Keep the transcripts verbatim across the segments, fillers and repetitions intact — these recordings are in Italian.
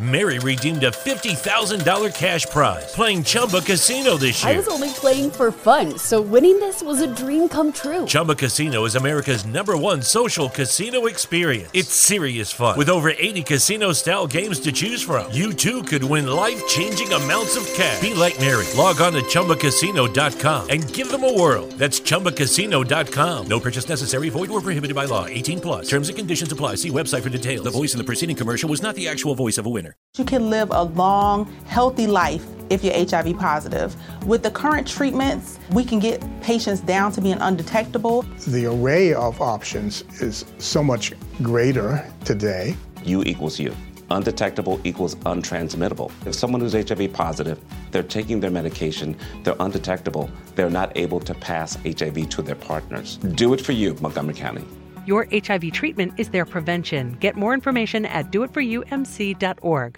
Mary redeemed a fifty thousand dollars cash prize playing Chumba Casino this year. I was only playing for fun, so winning this was a dream come true. Chumba Casino is America's number one social casino experience. It's serious fun. With over eighty casino-style games to choose from, you too could win life-changing amounts of cash. Be like Mary. Log on to Chumba Casino dot com and give them a whirl. That's Chumba Casino dot com. No purchase necessary. Void or prohibited by law. eighteen plus. Terms and conditions apply. See website for details. The voice in the preceding commercial was not the actual voice of a winner. You can live a long, healthy life if you're H I V positive. With the current treatments, we can get patients down to being undetectable. The array of options is so much greater today. U equals U. Undetectable equals untransmittable. If someone who's H I V positive, they're taking their medication, they're undetectable, they're not able to pass H I V to their partners. Do it for you, Montgomery County. Your H I V treatment is their prevention. Get more information at do it for you m c dot org.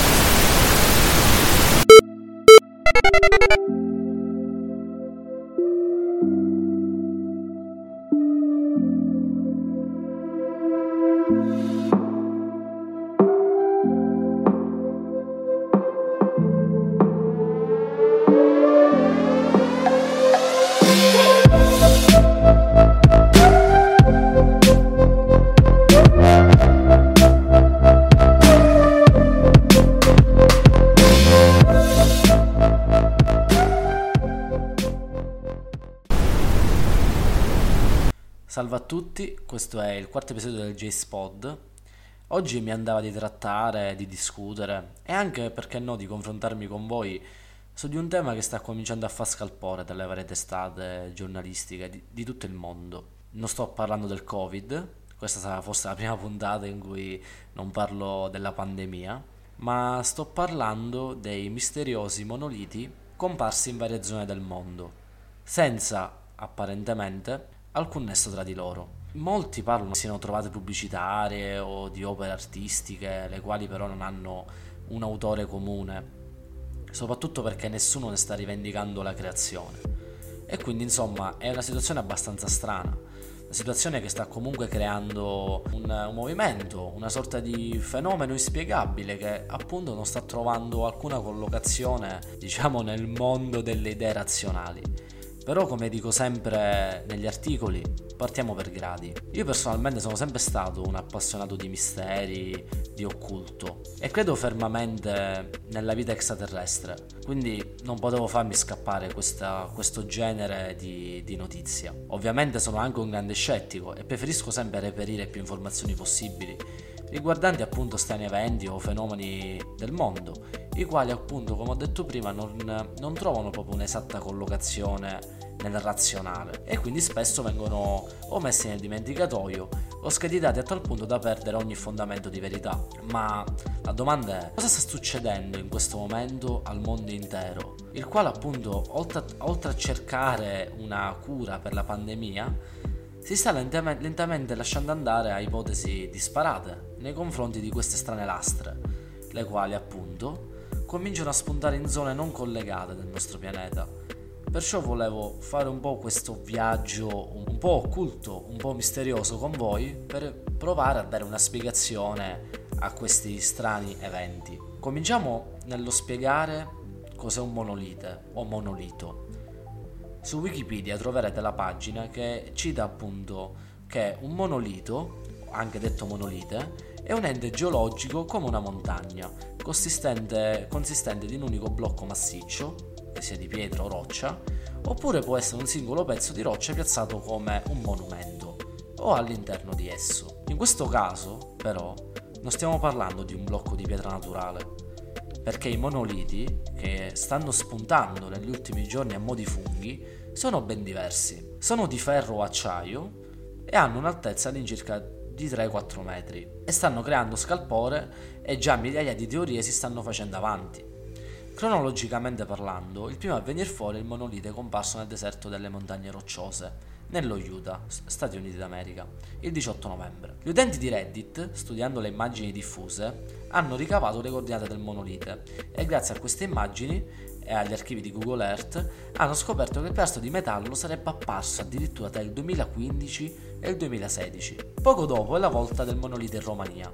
Salve a tutti, questo è il quarto episodio del J-Spod. Oggi mi andava di trattare, di discutere e anche, perché no, di confrontarmi con voi su di un tema che sta cominciando a far scalpore dalle varie testate giornalistiche di, di tutto il mondo. Non sto parlando del Covid, questa sarà forse la prima puntata in cui non parlo della pandemia, ma sto parlando dei misteriosi monoliti comparsi in varie zone del mondo, senza, apparentemente, alcun nesso tra di loro. Molti parlano siano trovate pubblicitarie o di opere artistiche, le quali però non hanno un autore comune, soprattutto perché nessuno ne sta rivendicando la creazione. E quindi insomma è una situazione abbastanza strana, una situazione che sta comunque creando un, un movimento, una sorta di fenomeno inspiegabile che appunto non sta trovando alcuna collocazione, diciamo, nel mondo delle idee razionali. Però, come dico sempre negli articoli, partiamo per gradi. Io personalmente sono sempre stato un appassionato di misteri, di occulto e credo fermamente nella vita extraterrestre, quindi non potevo farmi scappare questa, questo genere di, di notizia. Ovviamente sono anche un grande scettico e preferisco sempre reperire più informazioni possibili riguardanti appunto strani eventi o fenomeni del mondo, i quali appunto, come ho detto prima, non, non trovano proprio un'esatta collocazione nel razionale e quindi spesso vengono o messi nel dimenticatoio o screditati a tal punto da perdere ogni fondamento di verità. Ma la domanda è: cosa sta succedendo in questo momento al mondo intero, il quale appunto oltre a, oltre a cercare una cura per la pandemia si sta lentamente, lentamente lasciando andare a ipotesi disparate nei confronti di queste strane lastre, le quali appunto cominciano a spuntare in zone non collegate del nostro pianeta. Perciò volevo fare un po' questo viaggio un po' occulto, un po' misterioso con voi, per provare a dare una spiegazione a questi strani eventi. Cominciamo nello spiegare cos'è un monolite o monolito. Su Wikipedia troverete la pagina che cita appunto che un monolito, anche detto monolite, è un ente geologico come una montagna, consistente, consistente di un unico blocco massiccio, che sia di pietra o roccia, oppure può essere un singolo pezzo di roccia piazzato come un monumento o all'interno di esso. In questo caso, però, non stiamo parlando di un blocco di pietra naturale, perché i monoliti, che stanno spuntando negli ultimi giorni a mo' di funghi, sono ben diversi. Sono di ferro o acciaio e hanno un'altezza all'incirca di tre quattro metri e stanno creando scalpore e già migliaia di teorie si stanno facendo avanti. Cronologicamente parlando, il primo a venire fuori è il monolite comparso nel deserto delle montagne rocciose, nello Utah, Stati Uniti d'America, il diciotto novembre. Gli utenti di Reddit, studiando le immagini diffuse, hanno ricavato le coordinate del monolite e grazie a queste immagini e agli archivi di Google Earth hanno scoperto che il pilastro di metallo sarebbe apparso addirittura tra il duemilaquindici e il duemilasedici. Poco dopo è la volta del monolite in Romania.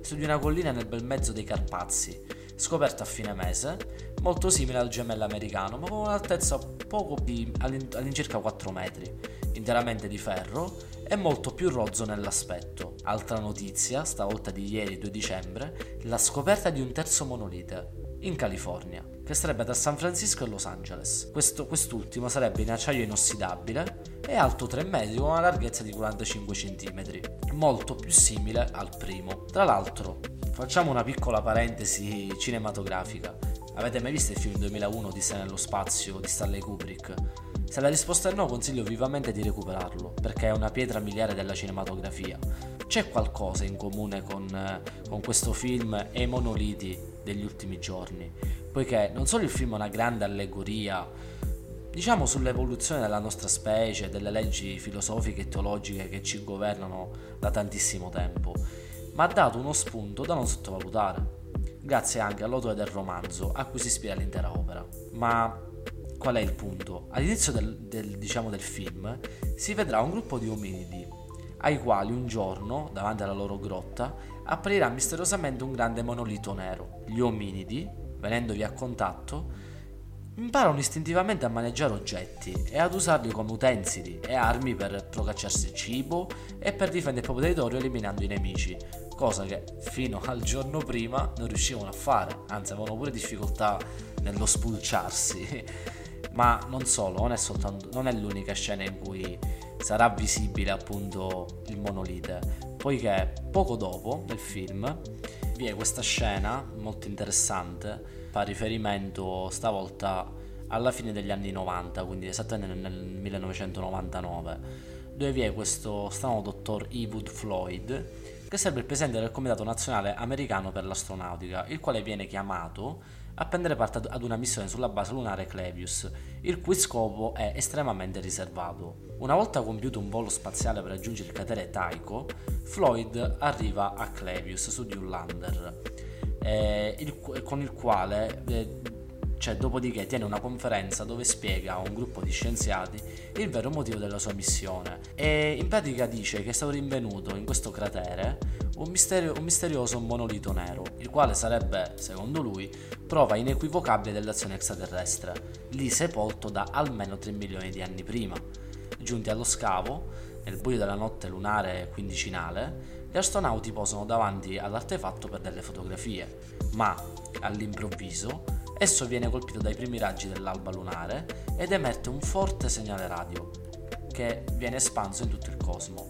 su di una collina nel bel mezzo dei Carpazi, scoperto a fine mese, molto simile al gemello americano, ma con un'altezza poco più all'incirca quattro metri, interamente di ferro e molto più rozzo nell'aspetto. Altra notizia, stavolta di ieri due dicembre, la scoperta di un terzo monolite in California, che sarebbe tra San Francisco e Los Angeles. Questo, quest'ultimo sarebbe in acciaio inossidabile e alto tre metri con una larghezza di quarantacinque centimetri, molto più simile al primo. Tra l'altro, facciamo una piccola parentesi cinematografica. Avete mai visto il film duemilauno Odissea nello spazio di Stanley Kubrick? Se la risposta è no, consiglio vivamente di recuperarlo, perché è una pietra miliare della cinematografia. C'è qualcosa in comune con, con questo film e i monoliti degli ultimi giorni, poiché non solo il film è una grande allegoria, diciamo, sull'evoluzione della nostra specie, delle leggi filosofiche e teologiche che ci governano da tantissimo tempo, ma ha dato uno spunto da non sottovalutare, grazie anche all'autore del romanzo a cui si ispira l'intera opera. Ma qual è il punto? All'inizio del, del, diciamo, del film si vedrà un gruppo di ominidi ai quali un giorno, davanti alla loro grotta, apparirà misteriosamente un grande monolito nero. Gli ominidi, venendovi a contatto, imparano istintivamente a maneggiare oggetti e ad usarli come utensili e armi per procacciarsi cibo e per difendere il proprio territorio eliminando i nemici, cosa che fino al giorno prima non riuscivano a fare, anzi avevano pure difficoltà nello spulciarsi. Ma non solo, non è soltanto, non è l'unica scena in cui sarà visibile appunto il monolite, poiché poco dopo nel film vi è questa scena molto interessante, fa riferimento stavolta alla fine degli anni novanta, quindi esattamente nel millenovecentonovantanove, dove vi è questo strano dottor Ewood Floyd, che sarebbe il presidente del Comitato Nazionale Americano per l'Astronautica, il quale viene chiamato a prendere parte ad una missione sulla base lunare Clavius, il cui scopo è estremamente riservato. Una volta compiuto un volo spaziale per raggiungere il cratere Tycho, Floyd arriva a Clavius su di un lander, eh, il, con il quale, eh, cioè dopodiché tiene una conferenza dove spiega a un gruppo di scienziati il vero motivo della sua missione, e in pratica dice che è stato rinvenuto in questo cratere un, misterio, un misterioso monolito nero, il quale sarebbe, secondo lui, prova inequivocabile dell'azione extraterrestre, lì sepolto da almeno tre milioni di anni prima. Giunti allo scavo, nel buio della notte lunare quindicinale, gli astronauti posano davanti all'artefatto per delle fotografie, ma all'improvviso esso viene colpito dai primi raggi dell'alba lunare ed emette un forte segnale radio che viene espanso in tutto il cosmo,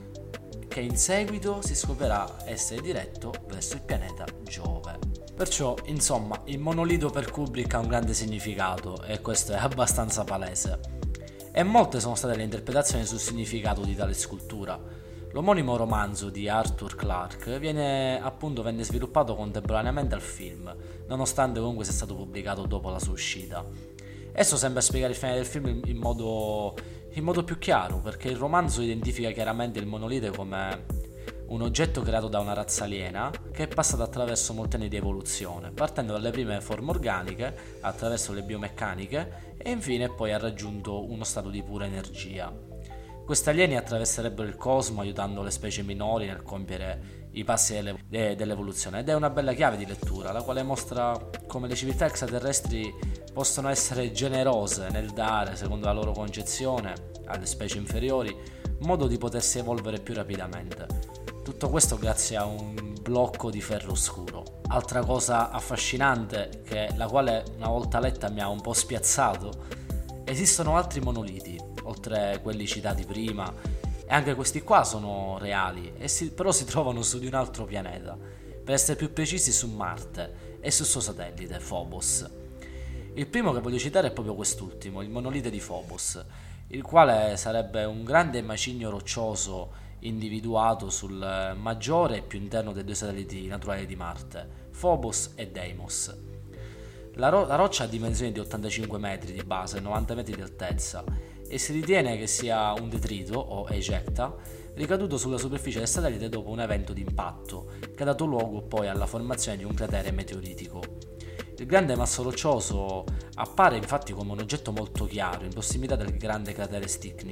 che in seguito si scoprirà essere diretto verso il pianeta Giove. Perciò, insomma, il monolito per Kubrick ha un grande significato e questo è abbastanza palese. E molte sono state le interpretazioni sul significato di tale scultura. L'omonimo romanzo di Arthur Clarke viene appunto venne sviluppato contemporaneamente al film, nonostante comunque sia stato pubblicato dopo la sua uscita. Esso sembra spiegare il finale del film in modo, in modo più chiaro, perché il romanzo identifica chiaramente il monolite come un oggetto creato da una razza aliena che è passato attraverso molti anni di evoluzione, partendo dalle prime forme organiche, attraverso le biomeccaniche e infine poi ha raggiunto uno stato di pura energia. Questi alieni attraverserebbero il cosmo aiutando le specie minori nel compiere i passi delle, de, dell'evoluzione, ed è una bella chiave di lettura, la quale mostra come le civiltà extraterrestri possono essere generose nel dare, secondo la loro concezione, alle specie inferiori modo di potersi evolvere più rapidamente. Tutto questo grazie a un blocco di ferro scuro. Altra cosa affascinante, che la quale una volta letta mi ha un po' spiazzato, esistono altri monoliti oltre quelli citati prima, e anche questi qua sono reali, e si, però si trovano su di un altro pianeta, per essere più precisi su Marte e sul suo satellite Phobos. Il primo che voglio citare è proprio quest'ultimo, il monolite di Phobos, il quale sarebbe un grande macigno roccioso individuato sul maggiore e più interno dei due satelliti naturali di Marte, Phobos e Deimos. La, ro- la roccia ha dimensioni di ottantacinque metri di base e novanta metri di altezza, e si ritiene che sia un detrito o ejecta ricaduto sulla superficie del satellite dopo un evento di impatto che ha dato luogo poi alla formazione di un cratere meteoritico. Il grande masso roccioso appare infatti come un oggetto molto chiaro in prossimità del grande cratere Stickney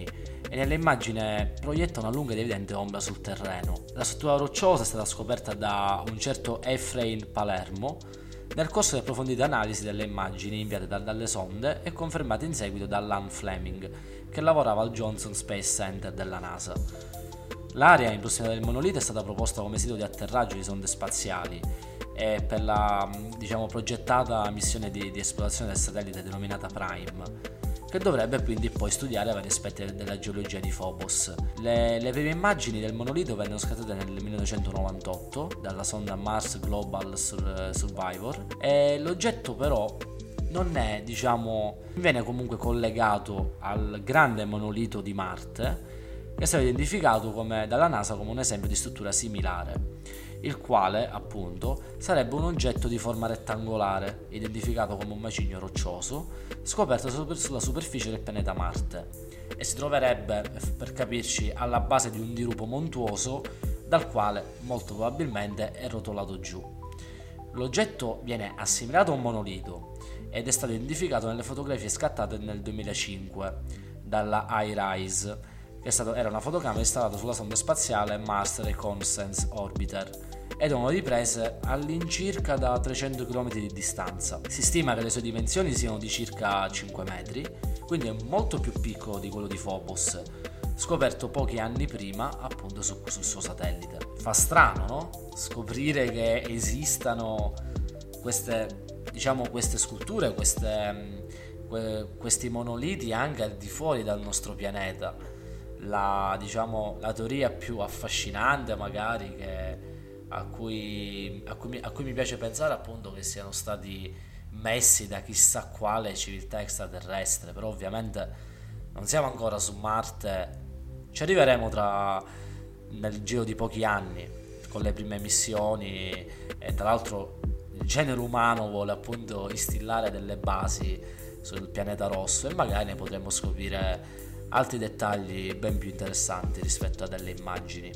e nell'immagine proietta una lunga ed evidente ombra sul terreno. La struttura rocciosa è stata scoperta da un certo Efrain Palermo nel corso di approfondite analisi delle immagini inviate da, dalle sonde e confermate in seguito da Ian Fleming, che lavorava al Johnson Space Center della NASA. L'area in prossimità del monolite è stata proposta come sito di atterraggio di sonde spaziali e per la, diciamo, progettata missione di, di esplorazione del satellite denominata Prime, che dovrebbe quindi poi studiare vari aspetti della geologia di Phobos. Le, le prime immagini del monolito vennero scattate nel millenovecentonovantotto dalla sonda Mars Global Sur- Survivor e l'oggetto però non è, diciamo, viene comunque collegato al grande monolito di Marte, che è stato identificato come, dalla NASA come un esempio di struttura similare, il quale appunto sarebbe un oggetto di forma rettangolare identificato come un macigno roccioso scoperto sulla superficie del pianeta Marte e si troverebbe, per capirci, alla base di un dirupo montuoso dal quale molto probabilmente è rotolato giù. L'oggetto viene assimilato a un monolito ed è stato identificato nelle fotografie scattate nel duemilacinque dalla iRISE, che è stato, era una fotocamera installata sulla sonda spaziale Mars Reconnaissance Orbiter ed erano riprese all'incirca da trecento chilometri di distanza. Si stima che le sue dimensioni siano di circa cinque metri, quindi è molto più piccolo di quello di Phobos, scoperto pochi anni prima appunto su, sul suo satellite. Fa strano, no? Scoprire che esistano queste, diciamo, queste sculture, queste, que, questi monoliti anche al di fuori dal nostro pianeta. La, diciamo, la teoria più affascinante magari che, a, cui, a, cui mi, a cui mi piace pensare appunto che siano stati messi da chissà quale civiltà extraterrestre, però ovviamente non siamo ancora su Marte, ci arriveremo tra nel giro di pochi anni con le prime missioni e tra l'altro il genere umano vuole appunto instillare delle basi sul pianeta rosso e magari ne potremo scoprire altri dettagli ben più interessanti rispetto a delle immagini.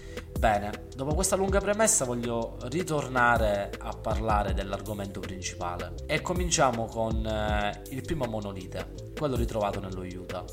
Bene, dopo questa lunga premessa voglio ritornare a parlare dell'argomento principale e cominciamo con eh, il primo monolite, quello ritrovato nello Utah.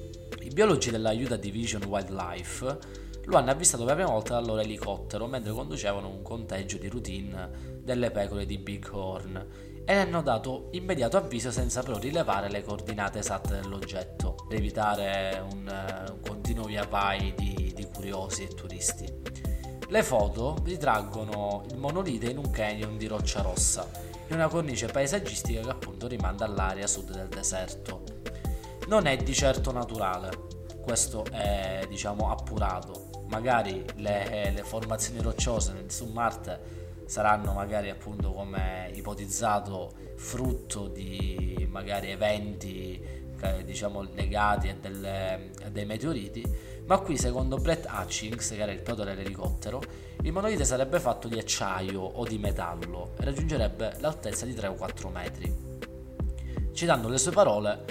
I biologi della Utah Division Wildlife lo hanno avvistato per la prima volta dal loro elicottero mentre conducevano un conteggio di routine delle pecore di Bighorn e ne hanno dato immediato avviso senza però rilevare le coordinate esatte dell'oggetto per evitare un, un continuo via vai di, di curiosi e turisti. Le foto ritraggono il monolite in un canyon di roccia rossa in una cornice paesaggistica che appunto rimanda all'area sud del deserto. Non è di certo naturale, questo è, diciamo, appurato. Magari le, le formazioni rocciose su Marte saranno magari appunto, come ipotizzato, frutto di magari eventi eh, diciamo legati a, delle, a dei meteoriti, ma qui secondo Brett Hutchings, che era il pilota dell'elicottero, il monolite sarebbe fatto di acciaio o di metallo e raggiungerebbe l'altezza di tre o quattro metri. Citando le sue parole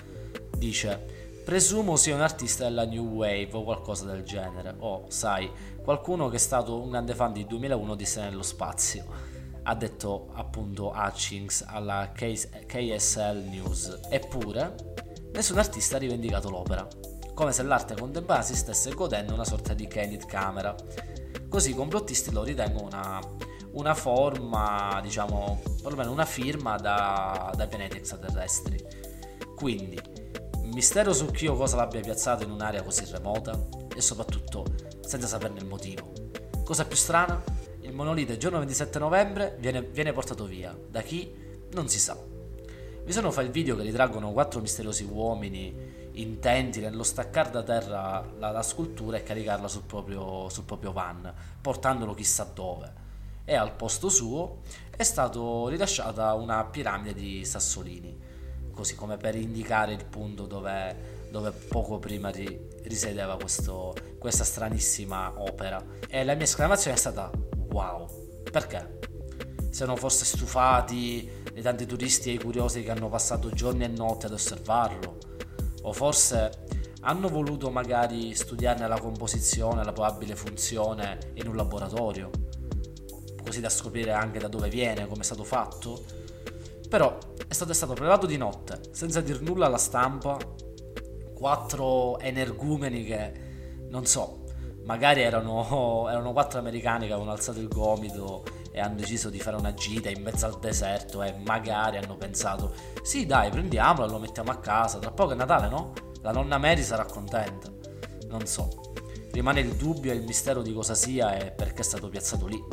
dice: presumo sia un artista della New Wave o qualcosa del genere, o sai, qualcuno che è stato un grande fan di duemilauno Odissea nello spazio, ha detto appunto Hutchings alla K S L News. Eppure nessun artista ha rivendicato l'opera, come se l'arte contemporanea si stesse godendo una sorta di candid camera. Così i complottisti lo ritengono una, una forma, diciamo, perlomeno una firma da, da pianeti extraterrestri. Quindi mistero su chi o cosa l'abbia piazzato in un'area così remota e soprattutto senza saperne il motivo. Cosa più strana? Il monolite il giorno ventisette novembre viene, viene portato via. Da chi? Non si sa. Vi sono file video che ritraggono quattro misteriosi uomini intenti nello staccare da terra la, la scultura e caricarla sul proprio, sul proprio van, portandolo chissà dove. E al posto suo è stato rilasciata una piramide di sassolini, così come per indicare il punto dove, dove poco prima ri, risiedeva questo, questa stranissima opera. E la mia esclamazione è stata wow. Perché? Siano forse stufati dei tanti turisti e i curiosi che hanno passato giorni e notti ad osservarlo? O forse hanno voluto magari studiarne la composizione, la probabile funzione in un laboratorio, così da scoprire anche da dove viene, come è stato fatto? Però è stato, è stato prelevato di notte, senza dir nulla alla stampa, quattro energumeni che, non so, magari erano, erano quattro americani che avevano alzato il gomito e hanno deciso di fare una gita in mezzo al deserto e magari hanno pensato sì dai, prendiamolo e lo mettiamo a casa, tra poco è Natale, no? La nonna Mary sarà contenta. Non so, rimane il dubbio e il mistero di cosa sia e perché è stato piazzato lì.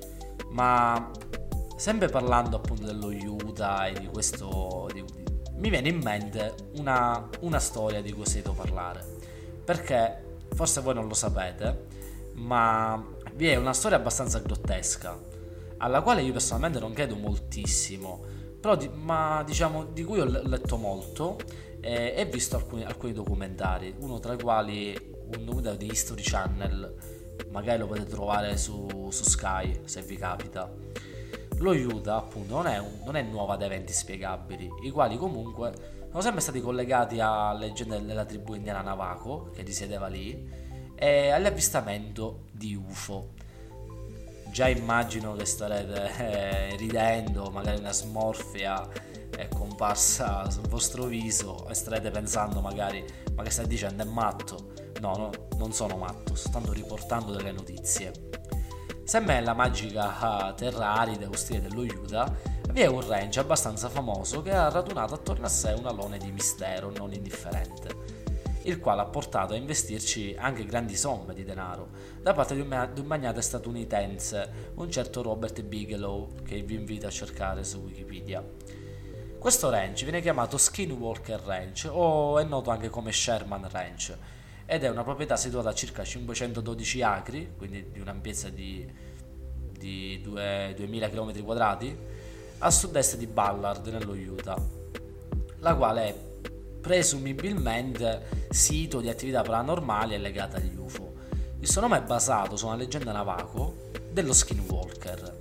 Ma sempre parlando appunto dello Utah e di questo, di, di, mi viene in mente una, una storia di cui ho sentito parlare, perché forse voi non lo sapete, ma vi è una storia abbastanza grottesca alla quale io personalmente non credo moltissimo, però di, ma diciamo di cui ho letto molto e, e visto alcuni, alcuni documentari, uno tra i quali un documentario di History Channel, magari lo potete trovare su, su Sky se vi capita. Lo Utah appunto non è, un, non è nuovo ad eventi spiegabili, i quali comunque sono sempre stati collegati a leggende della tribù indiana Navajo che risiedeva lì e all'avvistamento di U F O. Già immagino che starete eh, ridendo, magari una smorfia è comparsa sul vostro viso e starete pensando magari ma che stai dicendo, è matto? No, no, non sono matto, sto tanto riportando delle notizie. Sempre nella magica terra arida e ostile dello Utah vi è un ranch abbastanza famoso che ha radunato attorno a sé un alone di mistero non indifferente, il quale ha portato a investirci anche grandi somme di denaro da parte di un, di un magnate statunitense, un certo Robert Bigelow, che vi invito a cercare su Wikipedia. Questo ranch viene chiamato Skinwalker Ranch o è noto anche come Sherman Ranch ed è una proprietà situata a circa cinquecentododici acri, quindi di un'ampiezza di, di duemila chilometri quadrati, a sud-est di Ballard nello Utah, la quale è presumibilmente sito di attività paranormali e legate agli U F O. Il suo nome è basato su una leggenda navajo dello Skinwalker,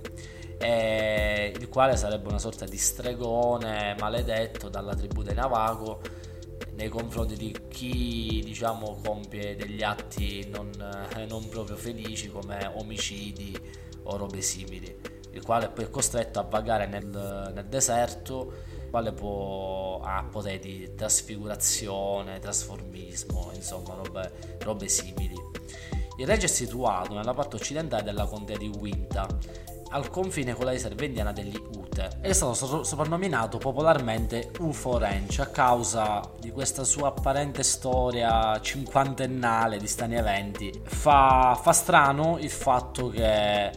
e il quale sarebbe una sorta di stregone maledetto dalla tribù dei Navajo nei confronti di chi, diciamo, compie degli atti non, eh, non proprio felici come omicidi o robe simili, il quale poi è costretto a vagare nel, nel deserto, il quale può, ha poteri di trasfigurazione, trasformismo, insomma robe, robe simili. Il range è situato nella parte occidentale della contea di Uintah, al confine con la riserva indiana degli Ute, ed è stato soprannominato popolarmente U F O Ranch a causa di questa sua apparente storia cinquantennale di strani eventi. Fa, fa strano il fatto che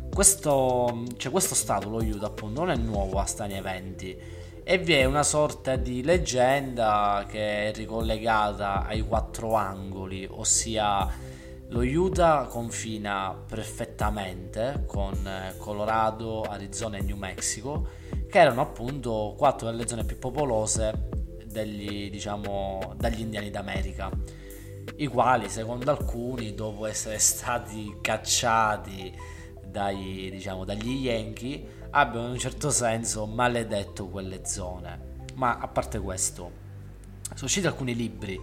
questo, cioè questo stato, lo Utah appunto, non è nuovo a strani eventi e vi è una sorta di leggenda che è ricollegata ai quattro angoli, ossia lo Utah confina perfettamente con Colorado, Arizona e New Mexico, che erano appunto quattro delle zone più popolose degli, diciamo, dagli indiani d'America, i quali secondo alcuni, dopo essere stati cacciati dai, diciamo, dagli Yankee, abbiano in un certo senso maledetto quelle zone. Ma a parte questo, sono usciti alcuni libri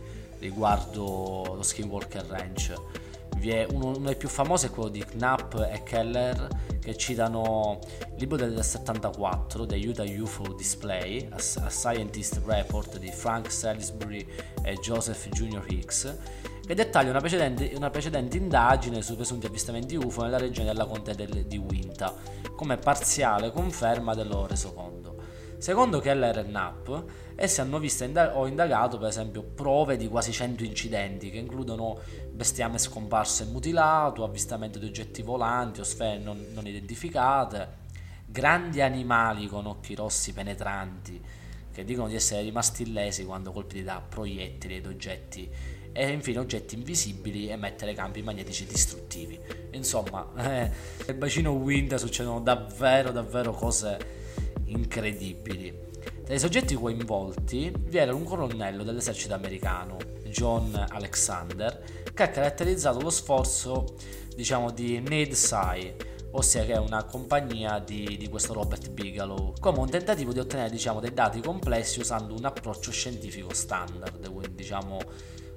riguardo lo Skinwalker Ranch. Vi è uno, uno dei più famosi è quello di Knapp e Keller, che citano il libro del settantaquattro, The Utah U F O Display, a, a Scientist Report di Frank Salisbury e Joseph Junior Hicks, che dettaglia una precedente, una precedente indagine sui presunti avvistamenti U F O nella regione della contea del, di Uintah, come parziale conferma del loro resoconto. Secondo Keller e Knapp, essi hanno visto indag- o indagato per esempio prove di quasi cento incidenti che includono bestiame scomparso e mutilato, avvistamento di oggetti volanti o sfere non, non identificate, grandi animali con occhi rossi penetranti che dicono di essere rimasti illesi quando colpiti da proiettili ed oggetti, e infine oggetti invisibili emettere campi magnetici distruttivi. Insomma, eh, nel bacino Uintah succedono davvero davvero cose incredibili. Tra i soggetti coinvolti vi era un colonnello dell'esercito americano, John Alexander, che ha caratterizzato lo sforzo, diciamo, di N A D S I, ossia che è una compagnia di, di questo Robert Bigelow, come un tentativo di ottenere, diciamo, dei dati complessi usando un approccio scientifico standard, quindi diciamo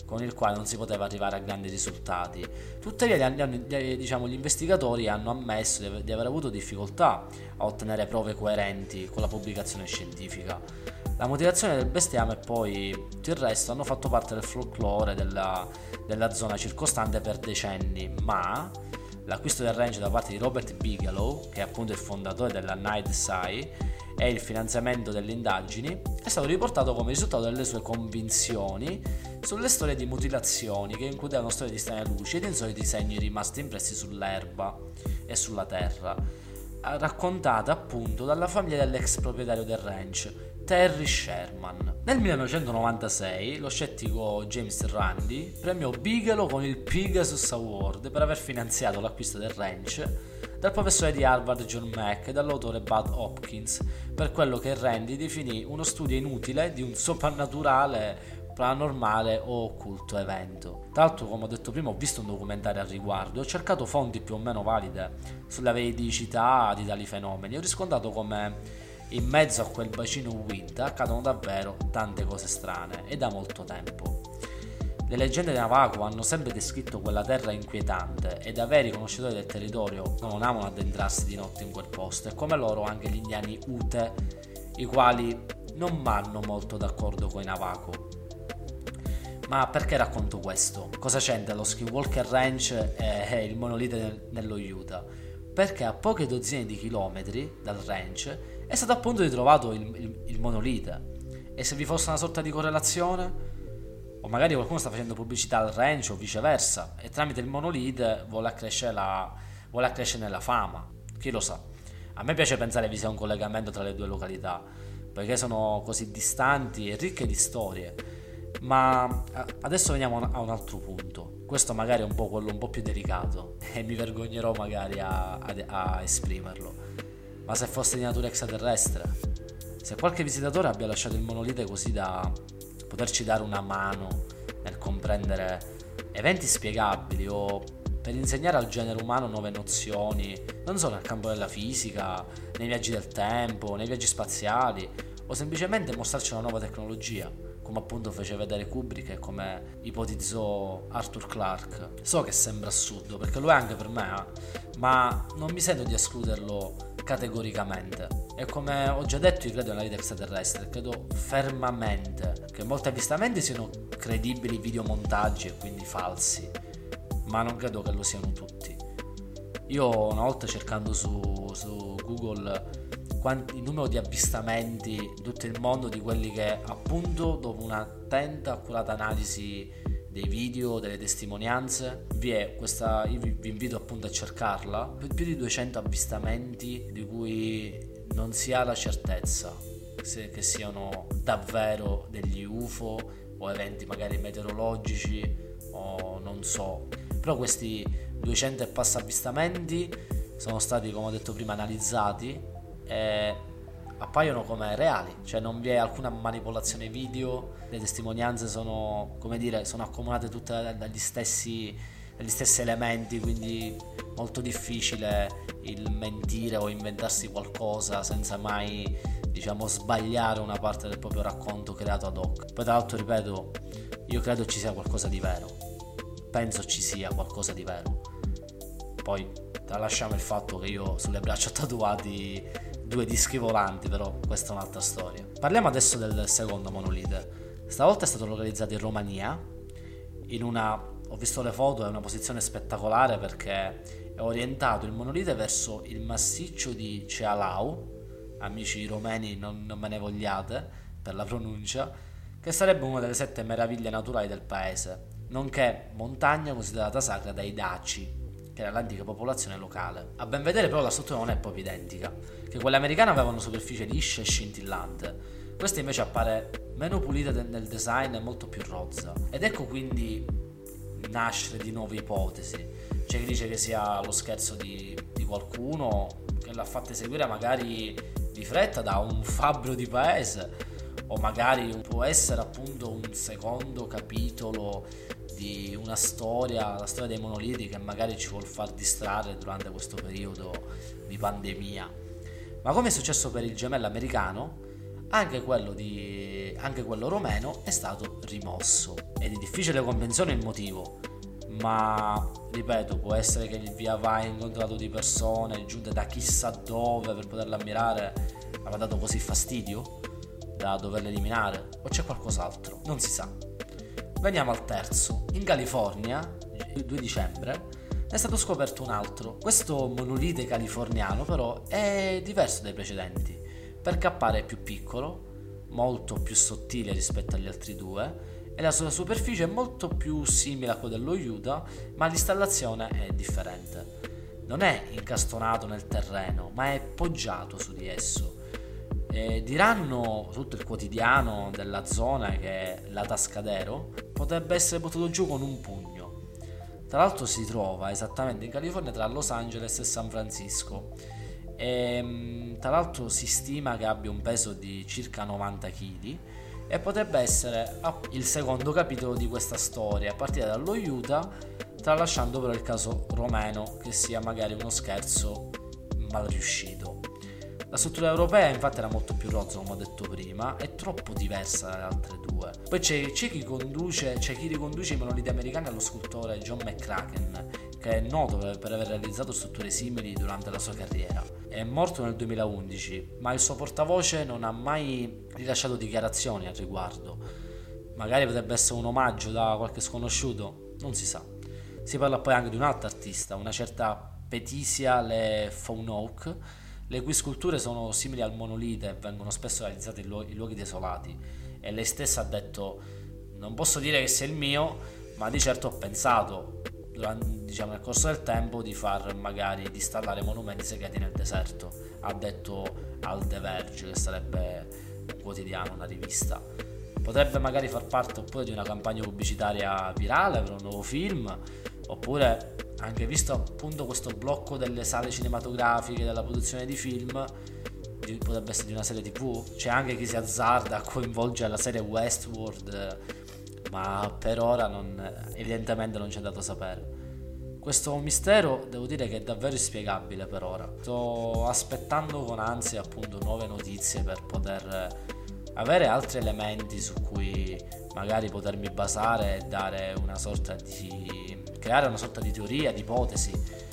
con il quale non si poteva arrivare a grandi risultati. Tuttavia gli, gli, diciamo, gli investigatori hanno ammesso di, di aver avuto difficoltà a ottenere prove coerenti con la pubblicazione scientifica. La motivazione del bestiame e poi tutto il resto hanno fatto parte del folklore della, della zona circostante per decenni, ma l'acquisto del ranch da parte di Robert Bigelow, che è appunto il fondatore della Night Sky, e il finanziamento delle indagini è stato riportato come risultato delle sue convinzioni sulle storie di mutilazioni che includevano storie di strane luci ed insoliti segni rimasti impressi sull'erba e sulla terra, raccontate appunto dalla famiglia dell'ex proprietario del ranch, Terry Sherman. Nel millenovecentonovantasei lo scettico James Randi premiò Bigelow con il Pegasus Award per aver finanziato l'acquisto del ranch dal professore di Harvard John Mack e dall'autore Bud Hopkins per quello che Randi definì uno studio inutile di un soprannaturale, paranormale o occulto evento. Tra l'altro, come ho detto prima, ho visto un documentario al riguardo e ho cercato fonti più o meno valide sulla veridicità di tali fenomeni e ho riscontrato come in mezzo a quel bacino Uinta accadono davvero tante cose strane e da molto tempo. Le leggende di Navajo hanno sempre descritto quella terra inquietante e da veri conoscitori del territorio non amano addentrarsi di notte in quel posto, e come loro anche gli indiani Ute, i quali non vanno molto d'accordo con i Navajo. Ma perché racconto questo? Cosa c'entra lo Skinwalker Ranch e il monolite nello Utah? Perché a poche dozzine di chilometri dal ranch è stato appunto ritrovato il, il, il monolite, e se vi fosse una sorta di correlazione, o magari qualcuno sta facendo pubblicità al ranch o viceversa e tramite il monolite vuole accrescere, la, vuole accrescere nella fama, chi lo sa. A me piace pensare vi sia un collegamento tra le due località perché sono così distanti e ricche di storie. Ma adesso veniamo a un altro punto, questo magari è un po' quello un po' più delicato e mi vergognerò magari a, a, a esprimerlo, ma se fosse di natura extraterrestre, se qualche visitatore abbia lasciato il monolite così da poterci dare una mano nel comprendere eventi spiegabili o per insegnare al genere umano nuove nozioni, non solo nel campo della fisica, nei viaggi del tempo, nei viaggi spaziali, o semplicemente mostrarci una nuova tecnologia, come appunto fece vedere Kubrick e come ipotizzò Arthur Clarke. So che sembra assurdo, perché lo è anche per me, eh? Ma non mi sento di escluderlo categoricamente. E come ho già detto, io credo nella vita extraterrestre, credo fermamente che molti avvistamenti siano credibili videomontaggi e quindi falsi, ma non credo che lo siano tutti. Io una volta cercando su, su Google quanti, il numero di avvistamenti in tutto il mondo di quelli che appunto dopo un'attenta accurata analisi dei video, delle testimonianze, vi è questa, io vi, vi invito appunto a cercarla, più di duecento avvistamenti di cui non si ha la certezza se, che siano davvero degli U F O o eventi magari meteorologici o non so, però questi duecento e passa avvistamenti sono stati, come ho detto prima, analizzati e appaiono come reali, cioè non vi è alcuna manipolazione video, le testimonianze sono, come dire, sono accomunate tutte dagli stessi, dagli stessi elementi, quindi molto difficile il mentire o inventarsi qualcosa senza mai, diciamo, sbagliare una parte del proprio racconto creato ad hoc. Poi tra l'altro, ripeto, io credo ci sia qualcosa di vero, penso ci sia qualcosa di vero. Poi tralasciamo il fatto che io sulle braccia ho tatuati due dischi volanti, però questa è un'altra storia. Parliamo adesso del secondo monolite. Stavolta è stato localizzato in Romania, in una, ho visto le foto, è una posizione spettacolare perché è orientato il monolite verso il massiccio di Cealau, amici romeni non, non me ne vogliate per la pronuncia, che sarebbe una delle sette meraviglie naturali del paese, nonché montagna considerata sacra dai Daci, che era l'antica popolazione locale. A ben vedere però la struttura non è proprio identica, che quelle americane avevano una superficie liscia e scintillante, questa invece appare meno pulita nel design e molto più rozza. Ed ecco quindi nascere di nuove ipotesi. C'è chi dice che sia lo scherzo di, di qualcuno che l'ha fatta eseguire magari di fretta da un fabbro di paese, o magari può essere appunto un secondo capitolo di una storia, la storia dei monoliti che magari ci vuol far distrarre durante questo periodo di pandemia. Ma come è successo per il gemello americano, anche quello di anche quello romeno è stato rimosso. È di difficile comprensione il motivo, ma ripeto, può essere che il via vai incontrato di persone giunte da chissà dove per poterla ammirare aveva dato così fastidio da doverla eliminare, o c'è qualcos'altro, non si sa. Veniamo al terzo. In California, il due dicembre, è stato scoperto un altro. Questo monolite californiano però è diverso dai precedenti, perché appare più piccolo, molto più sottile rispetto agli altri due, e la sua superficie è molto più simile a quella dello Utah, ma l'installazione è differente. Non è incastonato nel terreno, ma è poggiato su di esso. E diranno tutto il quotidiano della zona che la Tascadero potrebbe essere buttato giù con un pugno. Tra l'altro si trova esattamente in California tra Los Angeles e San Francisco e tra l'altro si stima che abbia un peso di circa novanta chili e potrebbe essere il secondo capitolo di questa storia, a partire dallo Utah, tralasciando però il caso romeno, che sia magari uno scherzo mal riuscito. La struttura europea infatti era molto più rozza, come ho detto prima, e troppo diversa dalle altre due. Poi c'è, c'è, chi, conduce, c'è chi riconduce i monoliti americani allo scultore John McCracken, che è noto per, per aver realizzato strutture simili durante la sua carriera. È morto nel duemilaundici, ma il suo portavoce non ha mai rilasciato dichiarazioni al riguardo. Magari potrebbe essere un omaggio da qualche sconosciuto, non si sa. Si parla poi anche di un'altra artista, una certa Patricia Le Faunouk, le cui sculture sono simili al monolite e vengono spesso realizzate in, lu- in luoghi desolati, e lei stessa ha detto: non posso dire che sia il mio, ma di certo ho pensato durante, diciamo, nel corso del tempo di far magari di installare monumenti segreti nel deserto. Ha detto al The Verge, che sarebbe un quotidiano, una rivista. Potrebbe magari far parte oppure di una campagna pubblicitaria virale per un nuovo film, oppure, anche visto appunto questo blocco delle sale cinematografiche, della produzione di film, potrebbe essere di una serie tv. C'è anche chi si azzarda a coinvolgere la serie Westworld, ma per ora non, evidentemente non c'è dato sapere. Questo mistero devo dire che è davvero inspiegabile per ora. Sto aspettando con ansia appunto nuove notizie per poter avere altri elementi su cui magari potermi basare e dare una sorta di creare una sorta di teoria, di ipotesi.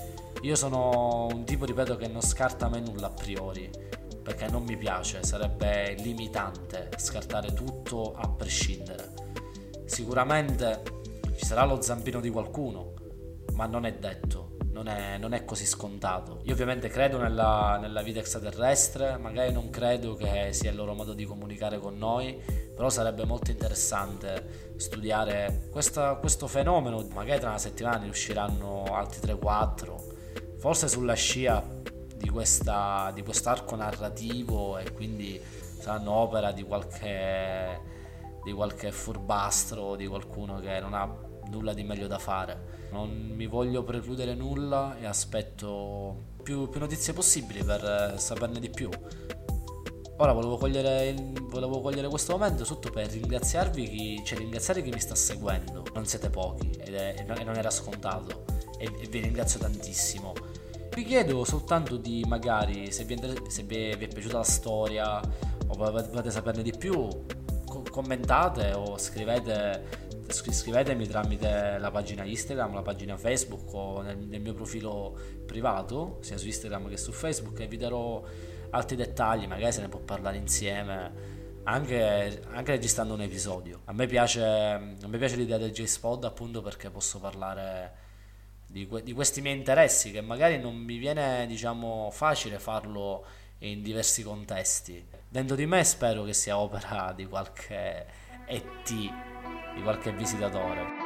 Io sono un tipo, ripeto, che non scarta mai nulla a priori, perché non mi piace, sarebbe limitante scartare tutto a prescindere. Sicuramente ci sarà lo zampino di qualcuno, ma non è detto, non è, non è così scontato. Io ovviamente credo nella, nella vita extraterrestre, magari non credo che sia il loro modo di comunicare con noi, però sarebbe molto interessante studiare questa, questo fenomeno. Magari tra una settimana ne usciranno altri tre quattro, forse sulla scia di, questa, di quest'arco narrativo, e quindi saranno opera di qualche, di qualche furbastro, di qualcuno che non ha nulla di meglio da fare. Non mi voglio precludere nulla e aspetto più, più notizie possibili per saperne di più. Ora volevo cogliere, volevo cogliere questo momento sotto per ringraziarvi chi, cioè ringraziare chi mi sta seguendo. Non siete pochi ed è, e non era scontato, e, e vi ringrazio tantissimo. Vi chiedo soltanto di magari, se vi, se vi, vi è piaciuta la storia o volete saperne di più, co- commentate o scrivete scrivetemi tramite la pagina Instagram, la pagina Facebook o nel, nel mio profilo privato, sia su Instagram che su Facebook, e vi darò altri dettagli, magari se ne può parlare insieme, anche, anche registrando un episodio. A me piace, a me piace l'idea del J-Spod, appunto perché posso parlare di, que- di questi miei interessi, che magari non mi viene, diciamo, facile farlo in diversi contesti. Dentro di me spero che sia opera di qualche E T, di qualche visitatore.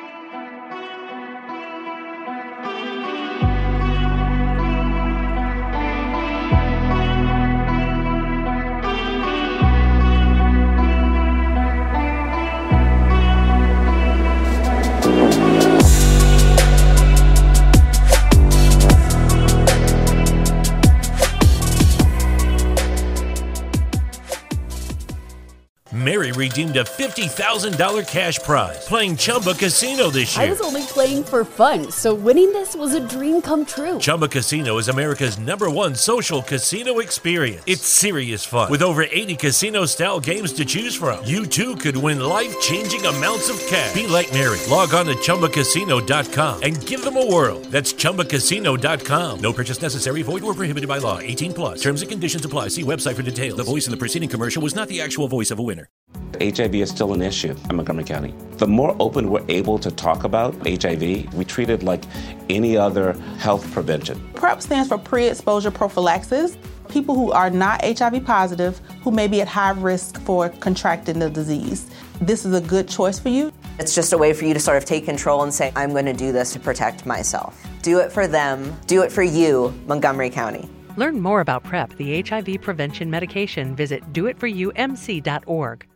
Mary redeemed a fifty thousand dollars cash prize playing Chumba Casino this year. I was only playing for fun, so winning this was a dream come true. Chumba Casino is America's number one social casino experience. It's serious fun. With over eighty casino-style games to choose from, you too could win life-changing amounts of cash. Be like Mary. Log on to Chumba Casino dot com and give them a whirl. That's Chumba Casino dot com. No purchase necessary. Void or prohibited by law. eighteen plus. Terms and conditions apply. See website for details. The voice in the preceding commercial was not the actual voice of a winner. H I V is still an issue in Montgomery County. The more open we're able to talk about H I V, we treat it like any other health prevention. PrEP stands for pre-exposure prophylaxis. People who are not H I V positive, who may be at high risk for contracting the disease. This is a good choice for you. It's just a way for you to sort of take control and say, I'm going to do this to protect myself. Do it for them. Do it for you, Montgomery County. Learn more about PrEP, the H I V prevention medication. Visit do it for you M C dot org.